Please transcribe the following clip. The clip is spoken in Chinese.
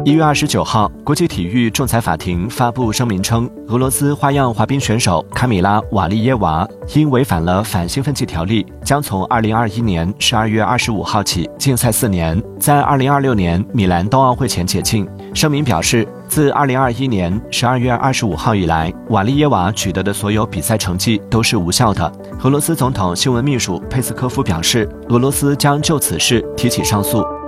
1月29号，国际体育仲裁法庭发布声明称，俄罗斯花样滑冰选手卡米拉·瓦利耶娃因违反了反兴奋剂条例，将从2021年12月25号起禁赛4年，在2026年米兰冬奥会前解禁。声明表示，自2021年12月25号以来，瓦利耶娃取得的所有比赛成绩都是无效的。俄罗斯总统新闻秘书佩斯科夫表示，俄罗斯将就此事提起上诉。